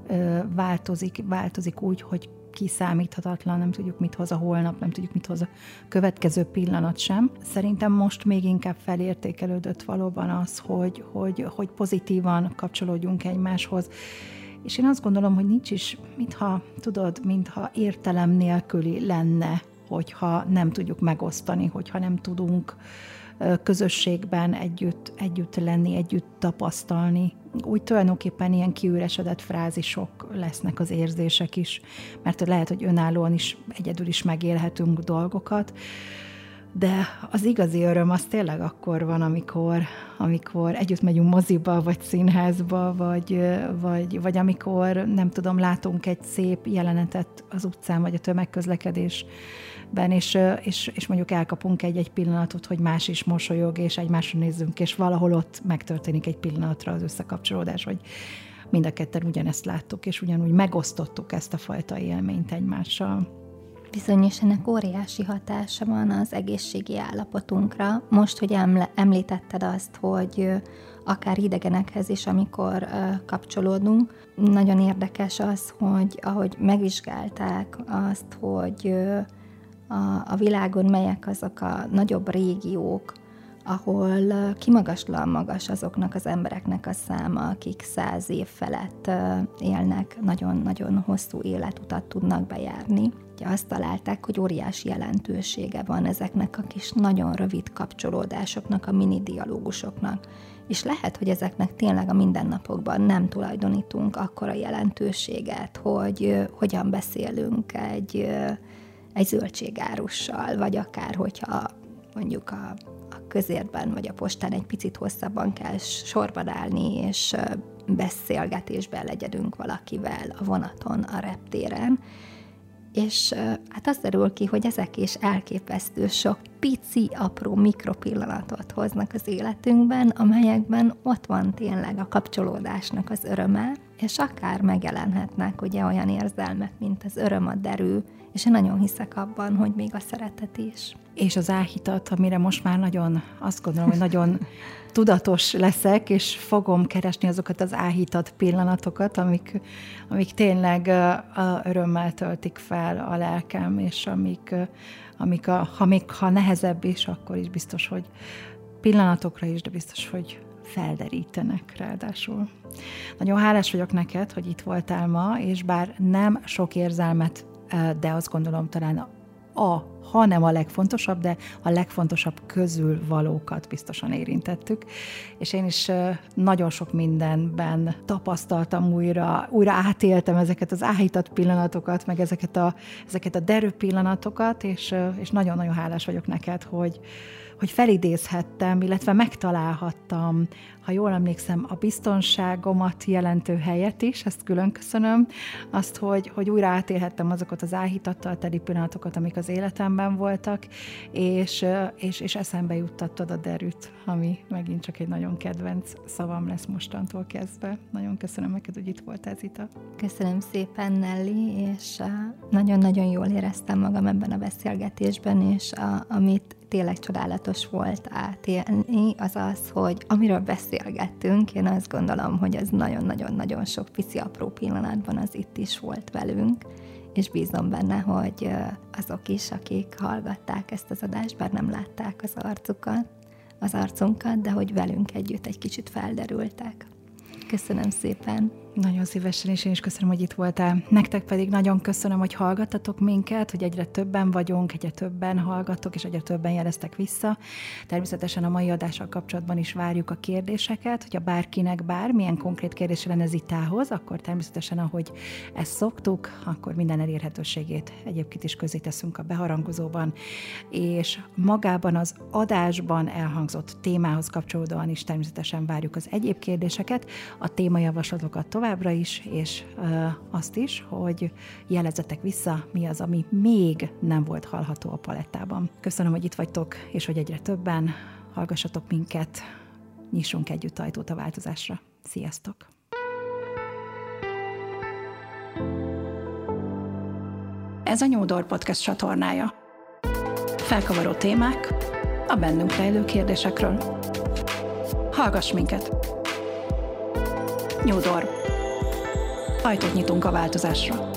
változik úgy, hogy kiszámíthatatlan, nem tudjuk, mit hoz a holnap, nem tudjuk, mit hoz a következő pillanat sem. Szerintem most még inkább felértékelődött valóban az, hogy pozitívan kapcsolódjunk egymáshoz. És én azt gondolom, hogy nincs is, mintha értelem nélküli lenne, hogyha nem tudjuk megosztani, hogyha nem tudunk közösségben együtt lenni, együtt tapasztalni. Úgy tulajdonképpen ilyen kiüresedett frázisok lesznek az érzések is, mert lehet, hogy önállóan is, egyedül is megélhetünk dolgokat. De az igazi öröm az tényleg akkor van, amikor együtt megyünk moziba, vagy színházba, vagy amikor, nem tudom, látunk egy szép jelenetet az utcán, vagy a tömegközlekedésben, és mondjuk elkapunk egy pillanatot, hogy más is mosolyog, és egymásra nézzünk, és valahol ott megtörténik egy pillanatra az összekapcsolódás, hogy mind a ketten ugyanezt láttuk, és ugyanúgy megosztottuk ezt a fajta élményt egymással. Bizony, és ennek óriási hatása van az egészségi állapotunkra. Most, hogy említetted azt, hogy akár idegenekhez is, amikor kapcsolódunk, nagyon érdekes az, hogy ahogy megvizsgálták azt, hogy a világon melyek azok a nagyobb régiók, ahol kimagaslan magas azoknak az embereknek a száma, akik 100 év felett élnek, nagyon-nagyon hosszú életutat tudnak bejárni. Ugye azt találták, hogy óriási jelentősége van ezeknek a kis nagyon rövid kapcsolódásoknak, a mini dialógusoknak. És lehet, hogy ezeknek tényleg a mindennapokban nem tulajdonítunk akkora jelentőséget, hogy hogyan beszélünk egy zöldségárussal, vagy akár, hogyha mondjuk a közértben vagy a postán egy picit hosszabban kell sorban állni, és beszélgetésben legyedünk valakivel a vonaton, a reptéren. És hát az derül ki, hogy ezek is elképesztő sok pici, apró mikropillanatot hoznak az életünkben, amelyekben ott van tényleg a kapcsolódásnak az öröme, és akár megjelenhetnek ugye olyan érzelmek, mint az öröm, a derű, és én nagyon hiszek abban, hogy még a szeretet is. És az áhítat, amire most már nagyon, azt gondolom, hogy nagyon tudatos leszek, és fogom keresni azokat az áhítat pillanatokat, amik tényleg örömmel töltik fel a lelkem, és ha nehezebb is, akkor is biztos, hogy pillanatokra is, de biztos, hogy felderítenek ráadásul. Nagyon hálás vagyok neked, hogy itt voltál ma, és bár nem sok érzelmet, de azt gondolom talán hanem a legfontosabb, de a legfontosabb közül valókat biztosan érintettük. És én is nagyon sok mindenben tapasztaltam újra átéltem ezeket az áhított pillanatokat, meg ezeket a derű pillanatokat, és nagyon-nagyon hálás vagyok neked, hogy felidézhettem, illetve megtalálhattam, ha jól emlékszem, a biztonságomat jelentő helyet is, ezt külön köszönöm, azt, hogy újra átélhettem azokat az áhítattal teli pillanatokat, amik az életemben voltak, és eszembe juttattad a derűt, ami megint csak egy nagyon kedvenc szavam lesz mostantól kezdve. Nagyon köszönöm neked, hogy itt voltál, Zita. Köszönöm szépen, Nelly, és nagyon-nagyon jól éreztem magam ebben a beszélgetésben, és amit tényleg csodálatos volt átélni, az az, hogy amiről beszélgettünk, én azt gondolom, hogy ez nagyon-nagyon-nagyon sok pici apró pillanatban az itt is volt velünk, és bízom benne, hogy azok is, akik hallgatták ezt az adást, bár nem látták az arcunkat, de hogy velünk együtt egy kicsit felderültek. Köszönöm szépen! Nagyon szívesen, és én is köszönöm, hogy itt voltál. Nektek pedig nagyon köszönöm, hogy hallgattatok minket, hogy egyre többen vagyunk, egyre többen hallgatok, és egyre többen jeleztek vissza. Természetesen a mai adással kapcsolatban is várjuk a kérdéseket, hogyha bárkinek bármilyen konkrét kérdése lenne Zitához, akkor természetesen, ahogy ezt szoktuk, akkor minden elérhetőségét egyébként is közé teszünk a beharangozóban, és magában az adásban elhangzott témához kapcsolódóan is természetesen várjuk az egyéb kérdéseket, a témajavaslatokat továbbra is, és azt is, hogy jelezzetek vissza, mi az, ami még nem volt hallható a palettában. Köszönöm, hogy itt vagytok, és hogy egyre többen hallgassatok minket, nyissunk együtt ajtót a változásra. Sziasztok! Ez a New Door Podcast csatornája. Felkavaró témák a bennünk rejlő kérdésekről. Hallgass minket! New Door. Ajtót nyitunk a változásra.